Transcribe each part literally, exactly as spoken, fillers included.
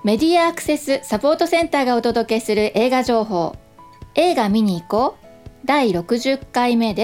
メディアアクセスサポートセンターがお届けする映画情報、映画見に行こうだいろくじゅっかいめです。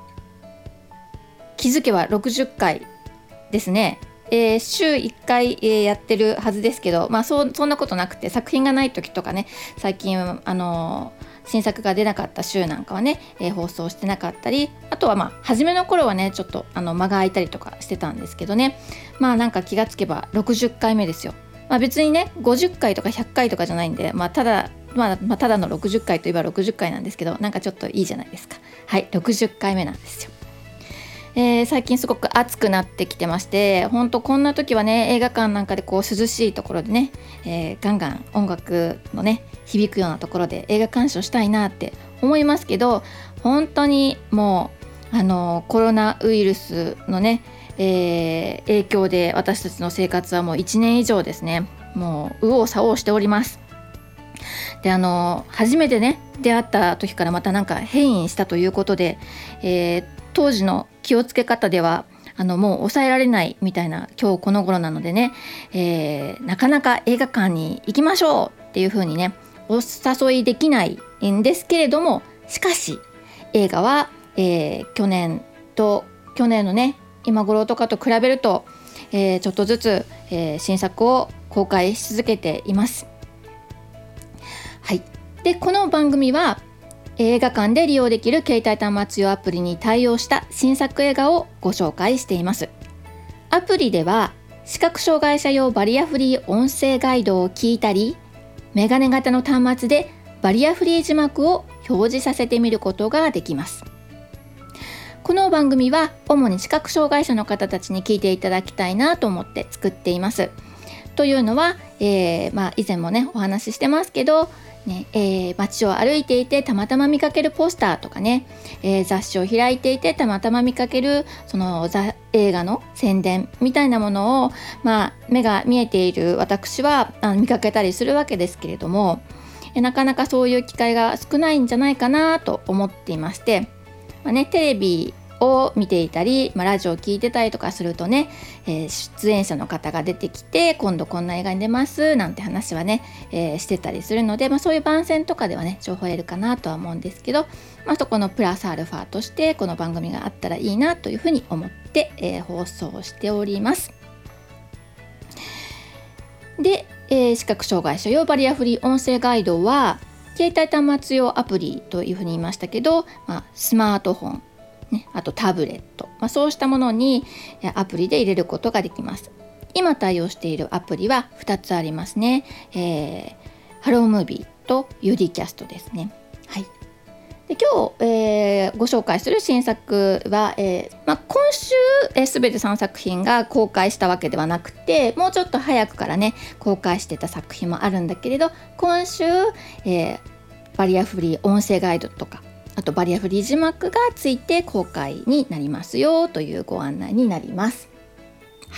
気づけばろくじゅっかいですね。えー、週いっかい、えー、やってるはずですけど、まあ、そ, そんなことなくて、作品がない時とかね、最近、あのー、新作が出なかった週なんかはね、えー、放送してなかったり、あとはまあ初めの頃はねちょっとあの間が空いたりとかしてたんですけどね、まあなんか気がつけばろくじゅっかいめですよ。まあ、別にねごじゅっかいとかひゃっかいとかじゃないんで、まあ、ただ、まあ、まあただのろくじゅっかいといえばろくじゅっかいなんですけど、なんかちょっといいじゃないですか。はい、ろくじゅっかいめなんですよ。えー、最近すごく暑くなってきてまして、本当こんな時はね映画館なんかでこう涼しいところでね、えー、ガンガン音楽のね響くようなところで映画鑑賞したいなって思いますけど、本当にもうあのコロナウイルスのね、えー、影響で私たちの生活はもういちねん以上ですね、もう右往左往しております。であの初めてね出会った時からまたなんか変異したということで、えー、当時の気をつけ方ではあのもう抑えられないみたいな今日この頃なのでね、えー、なかなか映画館に行きましょうっていう風にねお誘いできないんですけれども、しかし映画は、えー、去年と去年のね今頃とかと比べると、えー、ちょっとずつ、えー、新作を公開し続けています。はい、でこの番組は映画館で利用できる携帯端末用アプリに対応した新作映画をご紹介しています。アプリでは視覚障害者用バリアフリー音声ガイドを聞いたり、メガネ型の端末でバリアフリー字幕を表示させてみることができます。この番組は主に視覚障害者の方たちに聞いていただきたいなと思って作っています。というのは、えーまあ、以前もねお話ししてますけどね、えー、街を歩いていてたまたま見かけるポスターとかね、えー、雑誌を開いていてたまたま見かけるその映画の宣伝みたいなものを、まあ、目が見えている私はあの見かけたりするわけですけれども、えー、なかなかそういう機会が少ないんじゃないかなと思っていまして、まあね、テレビを見ていたり、まあ、ラジオを聞いてたりとかするとね、えー、出演者の方が出てきて今度こんな映画に出ますなんて話はね、えー、してたりするので、まあ、そういう番宣とかではね情報を得るかなとは思うんですけど、まあ、そこのプラスアルファとしてこの番組があったらいいなというふうに思って、えー、放送しております。で、えー、視覚障害者用バリアフリー音声ガイドは携帯端末用アプリというふうに言いましたけど、まあ、スマートフォンね、あとタブレット、まあ、そうしたものにアプリで入れることができます。今対応しているアプリはふたつありますね。えー、ハロームービーとユーディキャストですね。はい、で今日、えー、ご紹介する新作は、えーまあ、今週、えー、全てさんさく品が公開したわけではなくて、もうちょっと早くからね公開してた作品もあるんだけれど、今週、えー、バリアフリー音声ガイドとかあとバリアフリー字幕がついて公開になりますよというご案内になります。はい、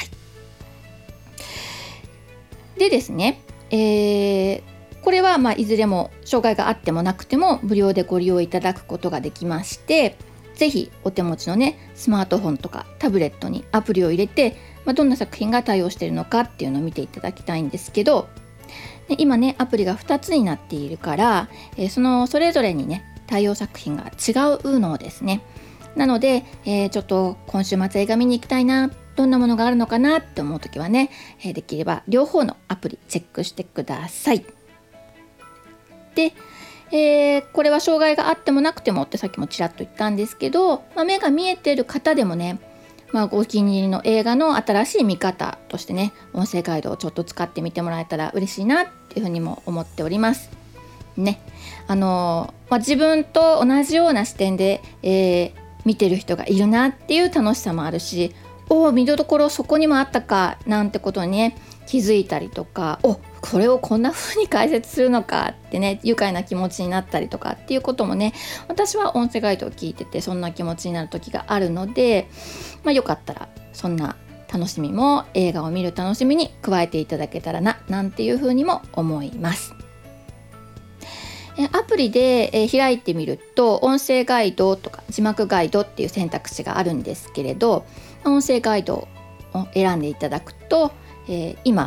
でですね、えー、これはまあいずれも障害があってもなくても無料でご利用いただくことができまして、ぜひお手持ちのねスマートフォンとかタブレットにアプリを入れて、まあ、どんな作品が対応しているのかっていうのを見ていただきたいんですけど、で今ねアプリがふたつになっているから、えー、そのそれぞれにね対応作品が違うのですね。なので、えー、ちょっと今週末映画見に行きたいな、どんなものがあるのかなって思うときはね、えー、できれば両方のアプリチェックしてください。で、えー、これは障害があってもなくてもってさっきもちらっと言ったんですけど、まあ、目が見えている方でもね、まあ、お気に入りの映画の新しい見方としてね音声ガイドをちょっと使ってみてもらえたら嬉しいなっていうふうにも思っておりますね。あのまあ、自分と同じような視点で、えー、見てる人がいるなっていう楽しさもあるし、お見どころそこにもあったかなんてことにね気づいたりとか、おこれをこんな風に解説するのかってね愉快な気持ちになったりとかっていうこともね、私は音声ガイドを聞いててそんな気持ちになる時があるので、まあ、よかったらそんな楽しみも映画を見る楽しみに加えていただけたらななんていう風にも思います。アプリで開いてみると音声ガイドとか字幕ガイドっていう選択肢があるんですけれど、音声ガイドを選んでいただくと、えー、今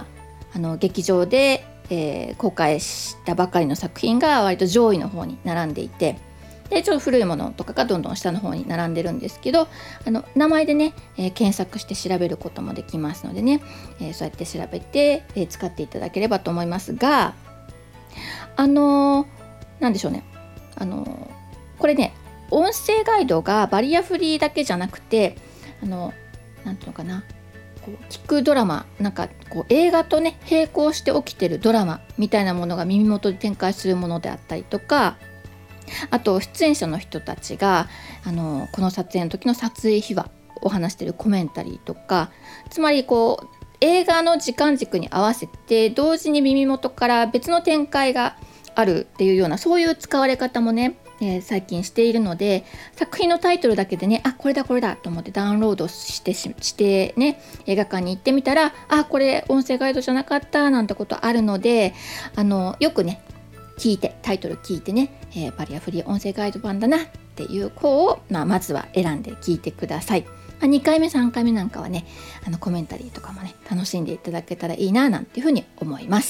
あの劇場で、えー、公開したばかりの作品が割と上位の方に並んでいて、でちょっと古いものとかがどんどん下の方に並んでるんですけど、あの名前でね、えー、検索して調べることもできますのでね、えー、そうやって調べて、えー、使っていただければと思いますが、あのー、なんでしょうね、あのー、これね、音声ガイドがバリアフリーだけじゃなくて、あのなんていうのかな、こう聞くドラマ、なんかこう映画とね並行して起きてるドラマみたいなものが耳元で展開するものであったりとか、あと出演者の人たちがあのこの撮影の時の撮影秘話を話しているコメンタリーとか、つまりこう映画の時間軸に合わせて同時に耳元から別の展開があるっていうような、そういう使われ方もね、えー、最近しているので、作品のタイトルだけでね、あこれだこれだと思ってダウンロードしてししてね、映画館に行ってみたら、あこれ音声ガイドじゃなかったなんてことあるので、あのよくね聞いて、タイトル聞いてね、えー、バリアフリー音声ガイド版だなっていう子を、まあ、まずは選んで聞いてください。まあ、にかいめさんかいめなんかはね、あのコメンタリーとかもね楽しんでいただけたらいいななんていうふうに思います。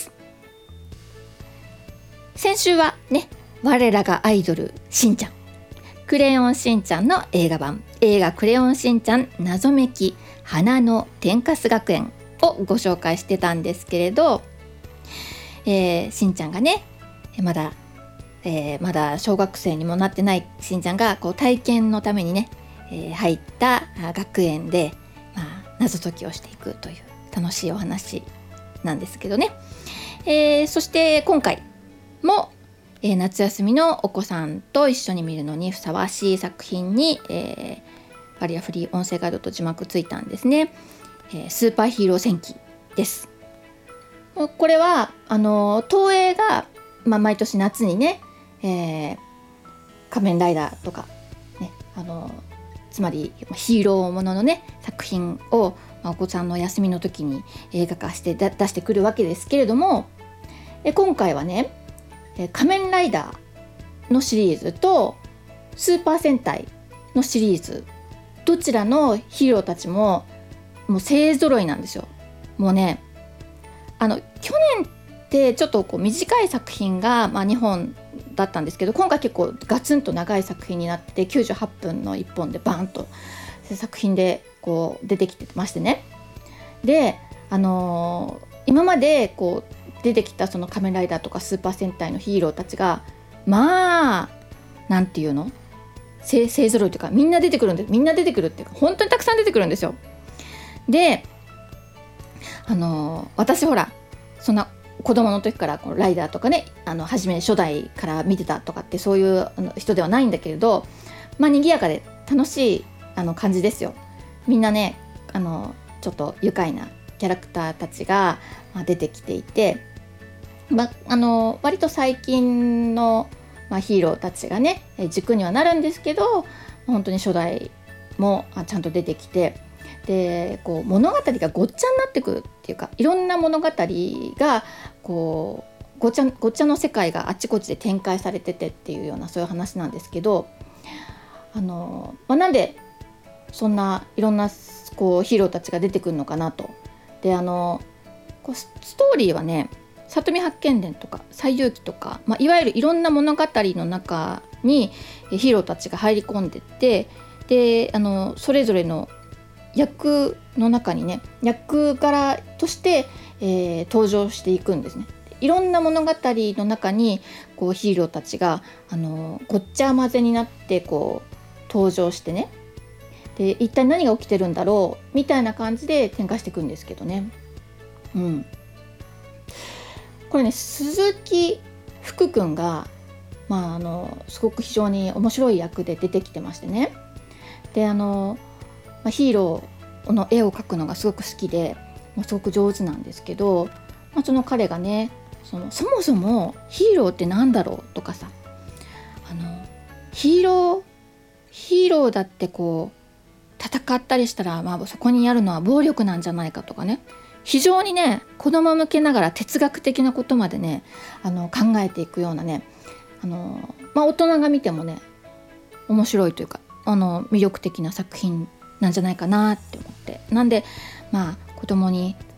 先週はね、我らがアイドルしんちゃん、クレヨンしんちゃんの映画版、映画クレヨンしんちゃん謎めき花の天かす学園をご紹介してたんですけれど、えー、しんちゃんがねまだ、えー、まだ小学生にもなってないしんちゃんがこう体験のためにね、えー、入った学園で、まあ、謎解きをしていくという楽しいお話なんですけどね、えー、そして今回も、えー、夏休みのお子さんと一緒に見るのにふさわしい作品に、えー、バリアフリー音声ガイドと字幕ついたんですね、えー、スーパーヒーロー戦記です。これはあの東映が、まあ、毎年夏にね、えー、仮面ライダーとか、ね、あのつまりヒーローもののね作品を、まあ、お子さんの休みの時に映画化してだ出してくるわけですけれども、え今回はね仮面ライダーのシリーズとスーパー戦隊のシリーズ、どちらのヒーローたちももう勢ぞろいなんですよ。もうね、あの去年ってちょっとこう短い作品が、まあ、にほんだったんですけど、今回結構ガツンと長い作品になってきゅうじゅうはっぷんのいっぽんでバーンと作品でこう出てきてましてね。で、あのー、今までこう出てきたその仮面ライダーとかスーパー戦隊のヒーローたちが、まあなんていうの、勢ぞろいというか、みんな出てくるんでみんな出てくるっていうか本当にたくさん出てくるんですよ。で、あのー、私ほらそんな子供の時からこうライダーとかね、あの初め初代から見てたとかってそういうあの人ではないんだけれど、まあ賑やかで楽しいあの感じですよ。みんなね、あのちょっと愉快なキャラクターたちが出てきていて、ま、あの割と最近の、まあ、ヒーローたちがね軸にはなるんですけど、本当に初代もちゃんと出てきて、でこう物語がごっちゃになってくるっていうか、いろんな物語がこうごっちゃごっちゃの世界があちこちで展開されててっていうような、そういう話なんですけど、あの、まあ、なんでそんないろんなこうヒーローたちが出てくるのかなと。で、あのこうストーリーはね、里見八犬伝とか西遊記とか、まあ、いわゆるいろんな物語の中にヒーローたちが入り込んでって、であのそれぞれの役の中にね、役柄として、えー、登場していくんですね。いろんな物語の中にこうヒーローたちがあのごっちゃ混ぜになってこう登場してね、で一体何が起きてるんだろうみたいな感じで展開していくんですけどね。うん、これね、鈴木福君が、まあ、あのすごく非常に面白い役で出てきてましてね。で、あの、まあ、ヒーローの絵を描くのがすごく好きで、まあ、すごく上手なんですけど、まあ、その彼がね、そのそもそもヒーローってなんだろうとかさ、あのヒーローヒーローだってこう戦ったりしたら、まあ、そこにあるのは暴力なんじゃないかとかね、非常にね子供向けながら哲学的なことまでねあの考えていくようなね、あの、まあ、大人が見てもね面白いというか、あの魅力的な作品なんじゃないかなって思って、なんでまあ子供に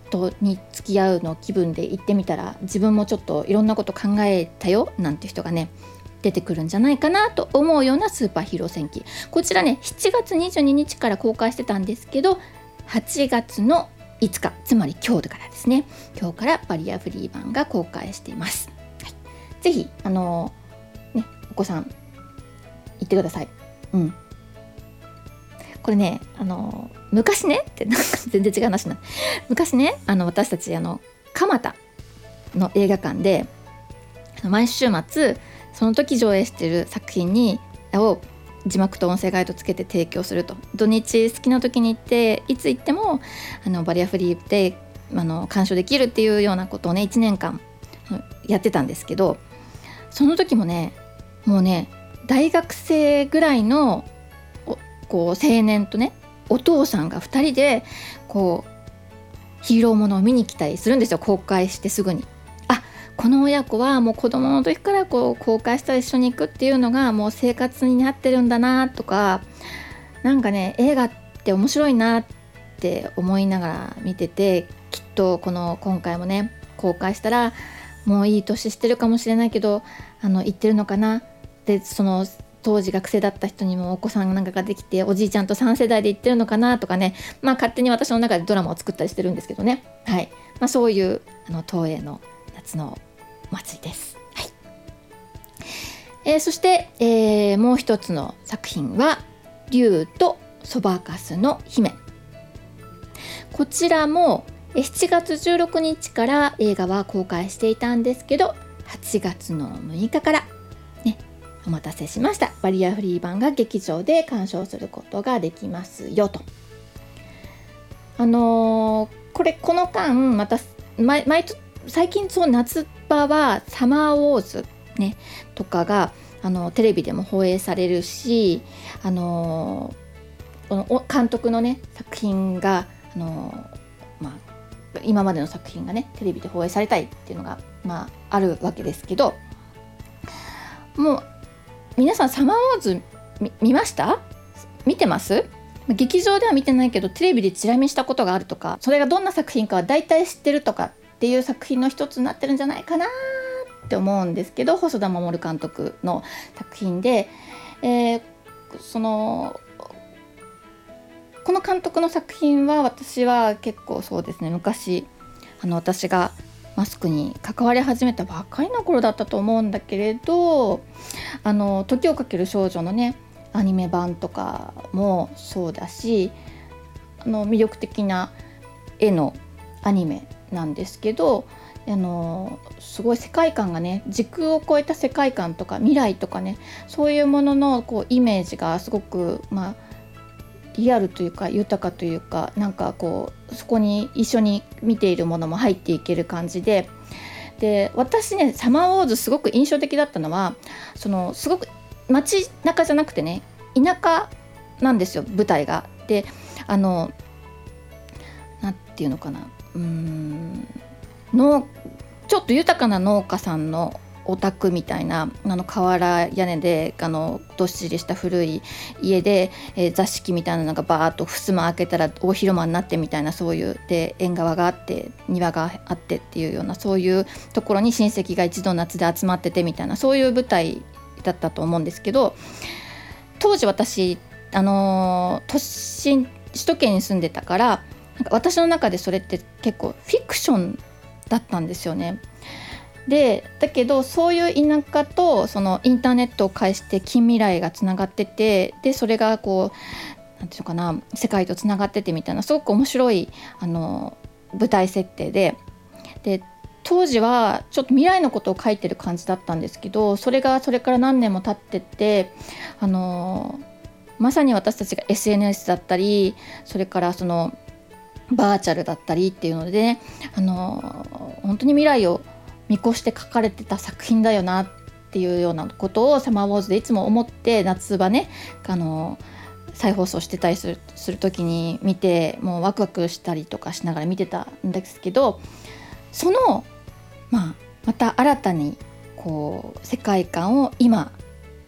とに付き合うの気分で行ってみたら自分もちょっといろんなこと考えたよなんて人がね出てくるんじゃないかなと思うようなスーパーヒーロー戦記、こちらねしちがつにじゅうににちから公開してたんですけど、はちがつのいつか、つまり今日からですね、今日からバリアフリー版が公開しています、はい、ぜひあのー、ねお子さん行ってください。うんこれねあの昔ねってなんか全然違う話な昔ねあの私たちあの蒲田の映画館で毎週末その時上映している作品にを字幕と音声ガイドつけて提供すると、土日好きな時に行っていつ行ってもあのバリアフリーであの鑑賞できるっていうようなことをねいちねんかんやってたんですけど、その時もねもうね大学生ぐらいのこう青年とねお父さんがふたりでこうヒーローものを見に来たりするんですよ。公開してすぐに、あこの親子はもう子供の時からこう公開したら一緒に行くっていうのがもう生活になってるんだなとか、なんかね映画って面白いなって思いながら見てて、きっとこの今回もね公開したらもういい年してるかもしれないけどあの行ってるのかなで、その当時学生だった人にもお子さんなんかができておじいちゃんとさん世代で行ってるのかなとかね、まあ勝手に私の中でドラマを作ったりしてるんですけどね、はい、まあ、そういうあの東映の夏のお祭りです、はい。えー、そして、えー、もう一つの作品は竜とそばかすの姫、こちらもしちがつじゅうろくにちから映画は公開していたんですけど、はちがつのむいかからねお待たせしました、バリアフリー版が劇場で鑑賞することができますよと。あのー、これこの間また毎毎最近そう夏場はサマーウォーズ、ね、とかがあのテレビでも放映されるし、あのー、この監督のね作品が、あのーまあ、今までの作品がねテレビで放映されたいっていうのが、まあ、あるわけですけど、もう皆さんサマーウォーズ 見, 見ました見てます？劇場では見てないけどテレビでチラ見したことがあるとか、それがどんな作品かは大体知ってるとかっていう作品の一つになってるんじゃないかなって思うんですけど、細田守監督の作品で、えー、そのこの監督の作品は私は結構そうですね、昔あの私がマスクに関わり始めたばっかりの頃だったと思うんだけれど、あの時をかける少女のねアニメ版とかもそうだし、あの魅力的な絵のアニメなんですけど、あのすごい世界観がね時空を超えた世界観とか未来とかね、そういうもののこうイメージがすごく、まあ、リアルというか豊かというか、なんかこうそこに一緒に見ているものも入っていける感じで、で私ねサマーウォーズすごく印象的だったのは、そのすごく街中じゃなくてね田舎なんですよ舞台が。であのなんていうのかな、うーんのちょっと豊かな農家さんのお宅みたいな、あの瓦屋根であのどっしりした古い家で、えー、座敷みたいなのがバーッと襖開けたら大広間になってみたいな、そういうで縁側があって庭があってっていうような、そういうところに親戚が一度夏で集まっててみたいな、そういう舞台だったと思うんですけど、当時私あのー、都心首都圏に住んでたから、なんか私の中でそれって結構フィクションだったんですよね。でだけどそういう田舎とそのインターネットを介して近未来がつながってて、でそれがこうなんていうのかな、世界とつながっててみたいな、すごく面白いあの舞台設定で、で当時はちょっと未来のことを書いてる感じだったんですけど、それがそれから何年も経ってってあのまさに私たちが エスエヌエス だったり、それからそのバーチャルだったりっていうので、ね、あの本当に未来を見越して書かれてた作品だよなっていうようなことをサマーウォーズでいつも思って、夏場ねあの再放送してたりする、する時に見て、もうワクワクしたりとかしながら見てたんですけど、その、まあ、また新たにこう世界観を今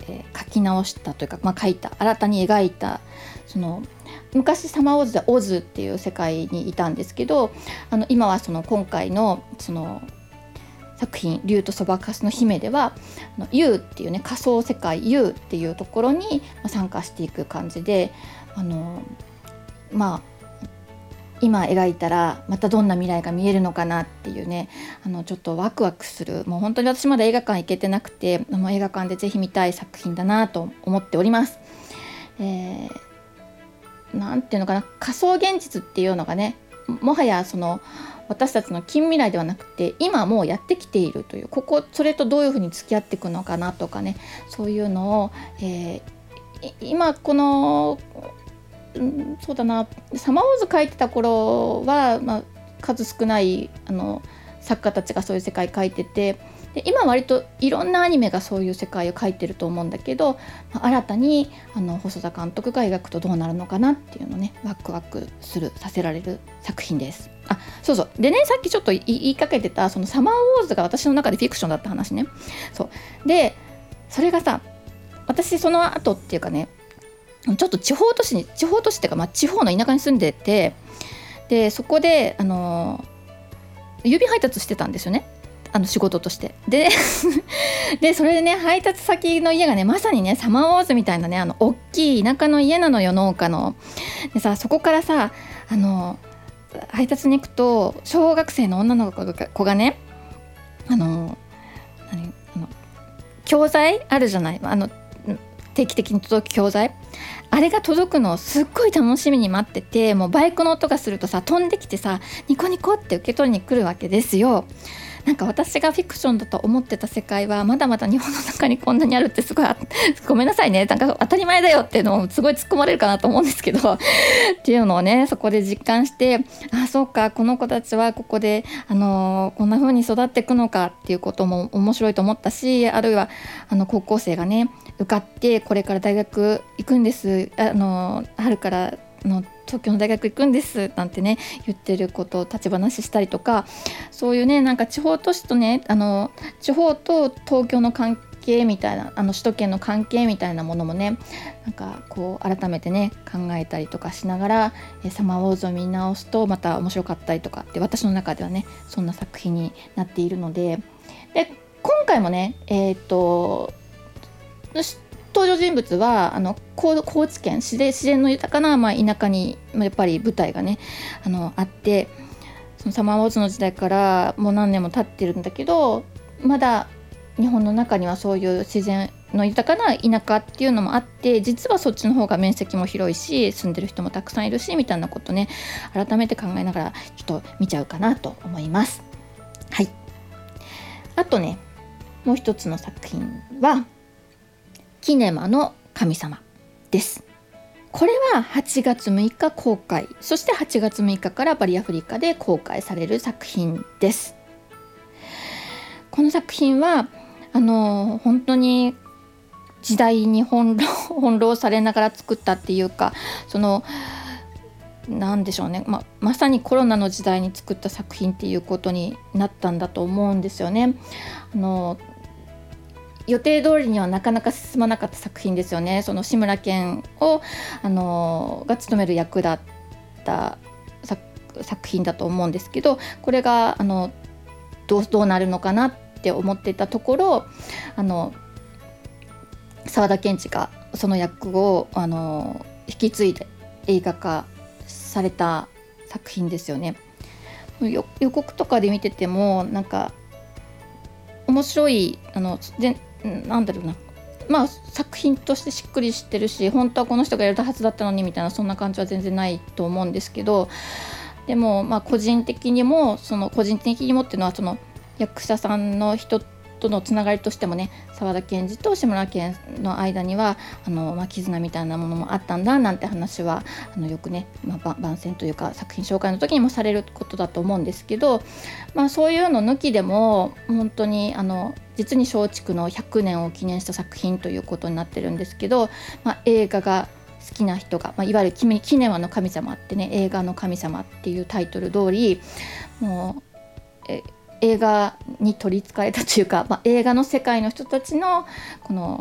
えー、書き直したというか、まあ、書いた新たに描いたその昔サマーウォーズでオズっていう世界にいたんですけど、あの今はその今回のその作品竜とそばかすの姫では U っていうね仮想世界 U っていうところに参加していく感じで、あのまあ今描いたらまたどんな未来が見えるのかなっていうね、あのちょっとワクワクする、もう本当に私まだ映画館行けてなくて、あの映画館でぜひ見たい作品だなと思っております。えー、なんていうのかな、仮想現実っていうのがね、もはやその私たちの近未来ではなくて今もうやってきているという、ここそれとどういうふうに付き合っていくのかなとかね、そういうのを、えー、今このうん、そうだな、サマーウォーズ書いてた頃は、まあ、数少ないあの作家たちがそういう世界書いてて、で今割といろんなアニメがそういう世界を書いてると思うんだけど、まあ、新たにあの細田監督が描くとどうなるのかなっていうのをねワクワクするさせられる作品です。あ、そうそうでね、さっきちょっと言いかけてたそのサマーウォーズが私の中でフィクションだった話ね。そうでそれがさ、私その後っていうかね、ちょっと地方都市に地方都市っていうか、まあ、地方の田舎に住んでて、でそこであの郵便配達してたんですよね、あの仕事として。ででそれでね配達先の家がねまさにねサマーウォーズみたいなねあの大きい田舎の家なのよ、農家の。でさ、そこからさあの配達に行くと小学生の女の子が、子がねあの何あの教材あるじゃない、あの定期的に届く教材、あれが届くのをすっごい楽しみに待ってて、もうバイクの音がするとさ飛んできてさニコニコって受け取りに来るわけですよ。なんか私がフィクションだと思ってた世界はまだまだ日本の中にこんなにあるってすごいごめんなさいね、なんか当たり前だよっていうのをすごい突っ込まれるかなと思うんですけどっていうのをねそこで実感して、あ、そうかこの子たちはここで、あのー、こんな風に育っていくのかっていうことも面白いと思ったし、あるいはあの高校生がね受かってこれから大学行くんです、あのー、春からの東京の大学行くんですなんてね言ってることを立ち話したりとか、そういうねなんか地方都市とねあの地方と東京の関係みたいな、あの首都圏の関係みたいなものもねなんかこう改めてね考えたりとかしながらえサマーウォーズを見直すとまた面白かったりとかって、私の中ではねそんな作品になっているので、で今回もねえっと登場人物はあの高知県自然、自然の豊かな、まあ、田舎にやっぱり舞台がね あのあって、そのサマーウォーズの時代からもう何年も経ってるんだけど、まだ日本の中にはそういう自然の豊かな田舎っていうのもあって、実はそっちの方が面積も広いし住んでる人もたくさんいるしみたいなことね改めて考えながらちょっと見ちゃうかなと思います。はい。あとねもう一つの作品はキネマの神様です。これははちがつむいか公開、そしてはちがつむいかからバリアフリカで公開される作品です。この作品はあの本当に時代に翻弄、翻弄されながら作ったっていうか、そのなんでしょうね、ま、まさにコロナの時代に作った作品っていうことになったんだと思うんですよね。あの予定通りにはなかなか進まなかった作品ですよね。その志村けんをあのが務める役だった作、作品だと思うんですけど、これがあのどう、どうなるのかなって思っていたところ、あの沢田研二がその役をあの引き継いで映画化された作品ですよね。予告とかで見ててもなんか面白い、あのでなんだろうな、まあ作品としてしっくりしてるし、本当はこの人がやるはずだったのにみたいなそんな感じは全然ないと思うんですけど、でもまあ個人的にもその個人的にもっていうのはその役者さんの人とのつながりとしてもね、沢田研二と志村けんの間にはあの、まあ、絆みたいなものもあったんだなんて話はあのよくね、まあ、番宣というか作品紹介の時にもされることだと思うんですけど、まあ、そういうの抜きでも本当にあの実に松竹のひゃくねんを記念した作品ということになってるんですけど、まあ、映画が好きな人が、まあ、いわゆるキネマの神様ってね、映画の神様っていうタイトル通り、もうえ映画に取り憑かれたというか、まあ、映画の世界の人たちのこの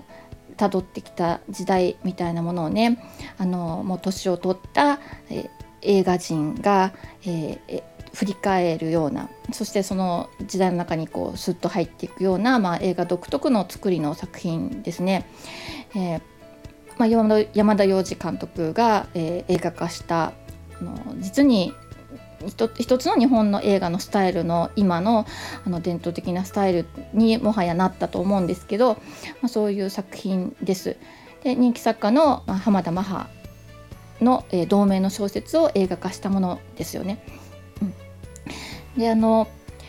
辿ってきた時代みたいなものをね、あのもう年を取った、えー、映画人が、えー、振り返るような、そしてその時代の中にこうスッと入っていくような、まあ、映画独特の作りの作品ですね。えーまあ、山田、山田洋次監督が、えー、映画化したあの実に一つ、一つの日本の映画のスタイルの今の、あの伝統的なスタイルにもはやなったと思うんですけど、まあ、そういう作品です。で、人気作家の浜田マハの、えー、同名の小説を映画化したものですよね。うん、であの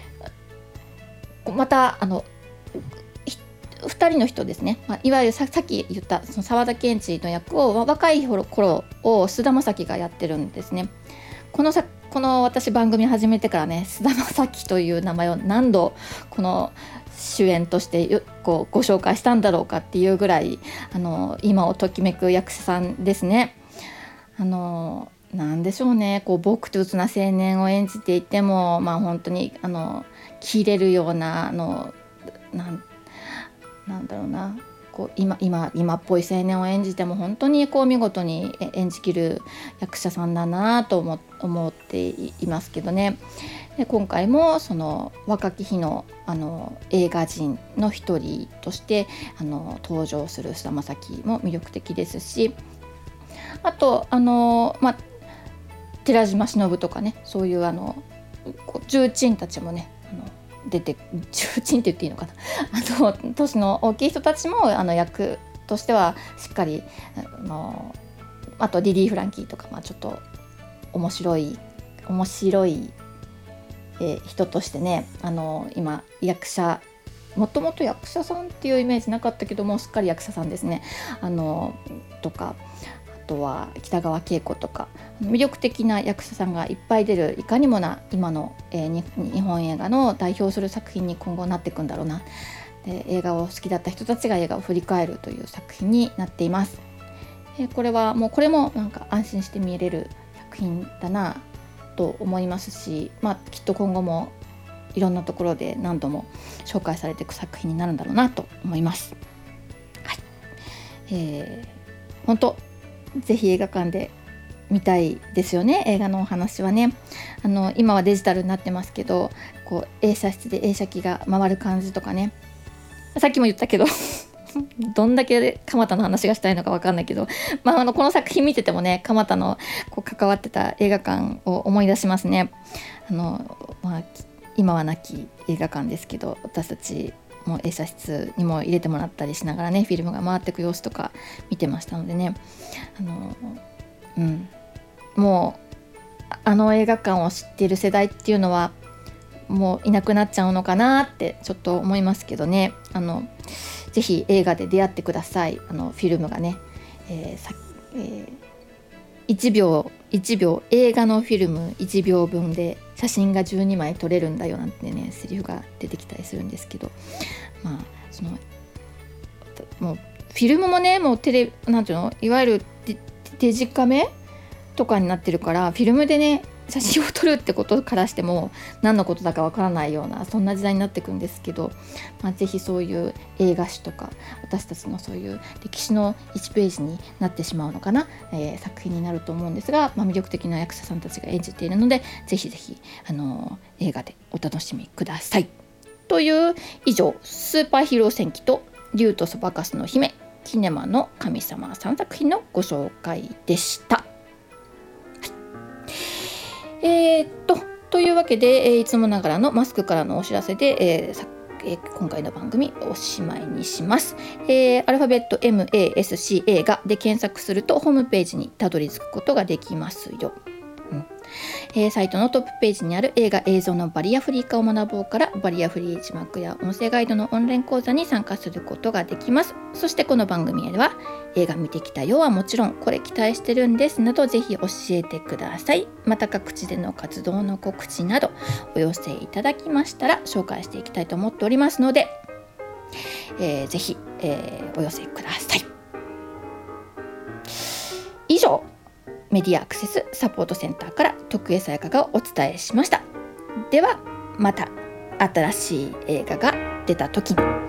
またあのふたりの人ですね、まあ、いわゆる さ, さっき言ったその沢田研二の役を若い頃を菅田将暉がやってるんですね。このさこの私番組始めてからね、菅田将暉という名前を何度この主演としてこうご紹介したんだろうかっていうぐらい、あの今をときめく役者さんですね。あのなんでしょうね、こう朴訥な青年を演じていても、まあ、本当にあの切れるようなあのなんなんだろうなこう 今, 今, 今っぽい青年を演じても本当にこう見事に演じきる役者さんだなと 思, 思っていますけどね。で今回もその若き日 の, あの映画人の一人としてあの登場する菅田将暉も魅力的ですし、あとあの、まあ、寺島しのぶとかね、そういうあの重鎮たちもねあの出て、重鎮って言っていいのかな、あの年の大きい人たちもあの役としてはしっかり、あのあとリリー・フランキーとか、まあ、ちょっと面白い面白い、えー、人としてね、あの今役者、もともと役者さんっていうイメージなかったけどもすっかり役者さんですね、あのとか、あとは北川景子とか魅力的な役者さんがいっぱい出る、いかにもな今の、えー、日本映画の代表する作品に今後なっていくんだろうな。で映画を好きだった人たちが映画を振り返るという作品になっています。えー、これはもうこれもなんか安心して見れる作品だなと思いますし、まあ、きっと今後もいろんなところで何度も紹介されていく作品になるんだろうなと思います。はい、えー、本当ぜひ映画館で見たいですよね。映画のお話はね、あの今はデジタルになってますけど、こう映写室で映写機が回る感じとかね、さっきも言ったけどどんだけ蒲田の話がしたいのか分かんないけど、まあ、あのこの作品見ててもね、蒲田のこう関わってた映画館を思い出しますね。あの、まあ、今はなき映画館ですけど、私たちも映写室にも入れてもらったりしながらね、フィルムが回っていく様子とか見てましたのでね、あの、うん、もうあの映画館を知っている世代っていうのはもういなくなっちゃうのかなってちょっと思いますけどね。あのぜひ映画で出会ってください。あのフィルムがね、えーさえー、いちびょういちびょう映画のフィルムいちびょうぶんで写真がじゅうにまい撮れるんだよなんてね、セリフが出てきたりするんですけど、まあそのもうフィルムもね、もうテレなんていうの、いわゆるデ、デジカメとかになってるから、フィルムでね写真を撮るってことからしても何のことだかわからないような、そんな時代になっていくんですけど、まあ、ぜひそういう映画史とか私たちのそういう歴史のいちページになってしまうのかな、えー、作品になると思うんですが、まあ、魅力的な役者さんたちが演じているので、ぜひぜひ、あのー、映画でお楽しみください。という以上、スーパーヒーロー戦記と竜とそばかすの姫、キネマの神様さんさく品のご紹介でした。えー、っとというわけで、えー、いつもながらのマスクからのお知らせで、えーえー、今回の番組おしまいにします。えー、アルファベット エムエーエスシー 映画で検索するとホームページにたどり着くことができますよ。うんえー、サイトのトップページにある映画映像のバリアフリー化を学ぼうから、バリアフリー字幕や音声ガイドのオンライン講座に参加することができます。そしてこの番組では、映画見てきたよはもちろん、これ期待してるんですなどぜひ教えてください。また各地での活動の告知などお寄せいただきましたら紹介していきたいと思っておりますので、えー、ぜひ、えー、お寄せください。以上、メディアアクセスサポートセンターから徳江さやかがお伝えしました。ではまた新しい映画が出た時に。